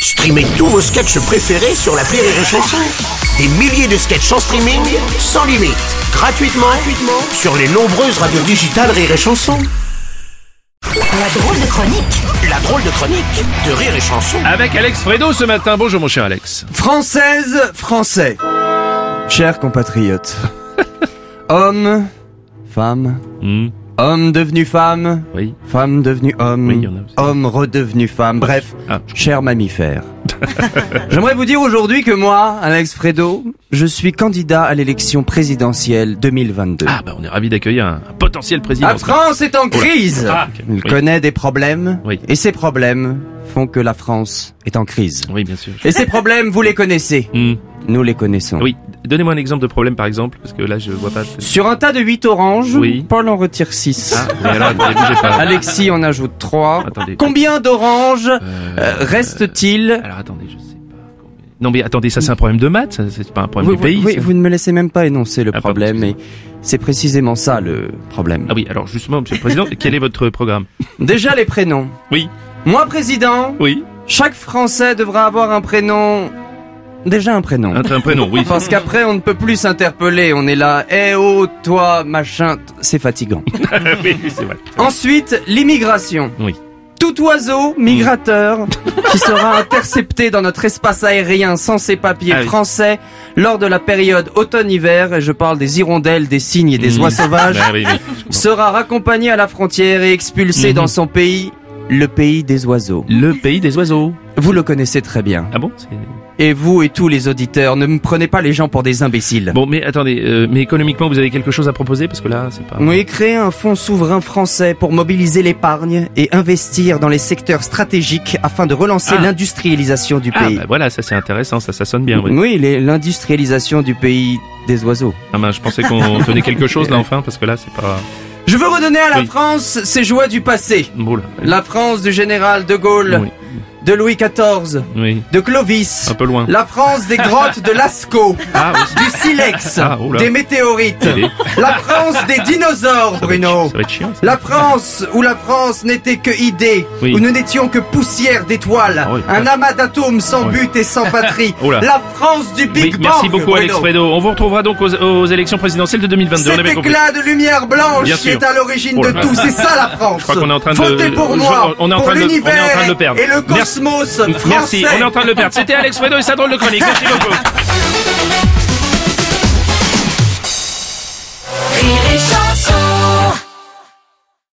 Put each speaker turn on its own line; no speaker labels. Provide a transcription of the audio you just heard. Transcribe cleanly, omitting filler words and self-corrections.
Streamez tous vos sketchs préférés sur l'appli Rire et Chanson. Des milliers de sketchs en streaming, sans limite, gratuitement sur les nombreuses radios digitales Rire et Chanson.
La drôle de chronique.
La drôle de chronique de Rire et Chanson.
Avec Alex Fredo ce matin. Bonjour mon cher Alex.
Française, Français, chers compatriotes, hommes, femmes, homme devenu femme,
Oui.
femme devenue homme,
Oui, il y en a aussi.
homme redevenu femme, bref,
Ah.
chers mammifères. J'aimerais vous dire aujourd'hui que moi, Alex Fredo, je suis candidat à l'élection présidentielle 2022.
Ah bah on est ravis d'accueillir un potentiel président.
La France est en crise.
Ah, ok.
Il
Oui.
connaît des problèmes,
Oui.
et ces problèmes font que la France est en crise.
Oui bien sûr.
Et ces problèmes, vous les connaissez.
Hmm.
Nous les connaissons.
Oui. Donnez-moi un exemple de problème par exemple, parce que là je vois pas.
Sur un tas de 8 oranges,
Oui.
Paul en retire 6.
Ah, mais alors attendez, bougez pas.
Alexis en ajoute 3.
Attendez.
Combien d'oranges reste-t-il
Alors attendez, je sais pas. Combien... Non mais attendez, ça c'est un problème de maths, ça, c'est pas un problème du pays.
oui,
ça.
vous ne me laissez même pas énoncer le
Ah, pardon,
problème, et c'est précisément ça le problème.
Ah oui, alors justement, monsieur le président, quel est votre programme?
Déjà les prénoms.
Oui.
Moi, président,
Oui.
chaque Français devra avoir un prénom... Déjà un prénom.
Un prénom, oui.
Parce qu'après, on ne peut plus s'interpeller. On est là, eh oh, toi, machin. C'est fatigant.
Oui, c'est vrai.
Ensuite, l'immigration.
Oui.
Tout oiseau migrateur qui sera intercepté dans notre espace aérien sans ses papiers
Ah oui.
français lors de la période automne-hiver, et je parle des hirondelles, des cygnes et des oies sauvages,
Bah, oui, oui, je comprends.
sera raccompagné à la frontière et expulsé dans son pays, le pays des oiseaux.
Le pays des oiseaux.
Vous le connaissez très bien.
Ah bon?
Et vous et tous les auditeurs, ne me prenez pas les gens pour des imbéciles.
Bon, mais attendez, mais économiquement, vous avez quelque chose à proposer? Parce que là, c'est pas...
Oui, créer un fonds souverain français pour mobiliser l'épargne et investir dans les secteurs stratégiques afin de relancer
Ah.
l'industrialisation du
Ah,
pays.
bah voilà, ça c'est intéressant, ça sonne bien, oui.
Oui, l'industrialisation du pays des oiseaux.
Ah ben, je pensais qu'on tenait quelque chose là, enfin, parce que là, c'est pas...
Je veux redonner à la
Oui.
France ses joies du passé.
Bon, là.
La France du général de Gaulle,
Oui,
de Louis XIV,
oui,
de Clovis.
un peu loin.
La France des grottes de Lascaux,
Ah, oui,
du silex,
Ah, oula.
des météorites.
Oui.
La France des dinosaures, Bruno.
ça va être chiant, ça.
La France où la France n'était que idée,
Oui.
où nous n'étions que poussière d'étoiles,
Ah oui.
un amas d'atomes sans
Oui.
but et sans patrie.
Oh là.
La France du Big
Oui,
Bang.
merci beaucoup, Alex
Bruno.
Fredo. On vous retrouvera donc aux élections présidentielles de 2022, on
Cet
avait compris.
éclat de lumière blanche
Bien
qui
sûr.
est à l'origine
Oh
de
là.
tout, c'est ça la France.
Je crois qu'on est en train de...
Votez pour moi,
on est en
pour
train de, on est en
l'univers
train de le perdre.
et le
Merci.
cosmos français.
Merci, on est en train de le perdre. C'était Alex Fredo et sa drôle de chronique. Merci beaucoup.
Rire et Chanson.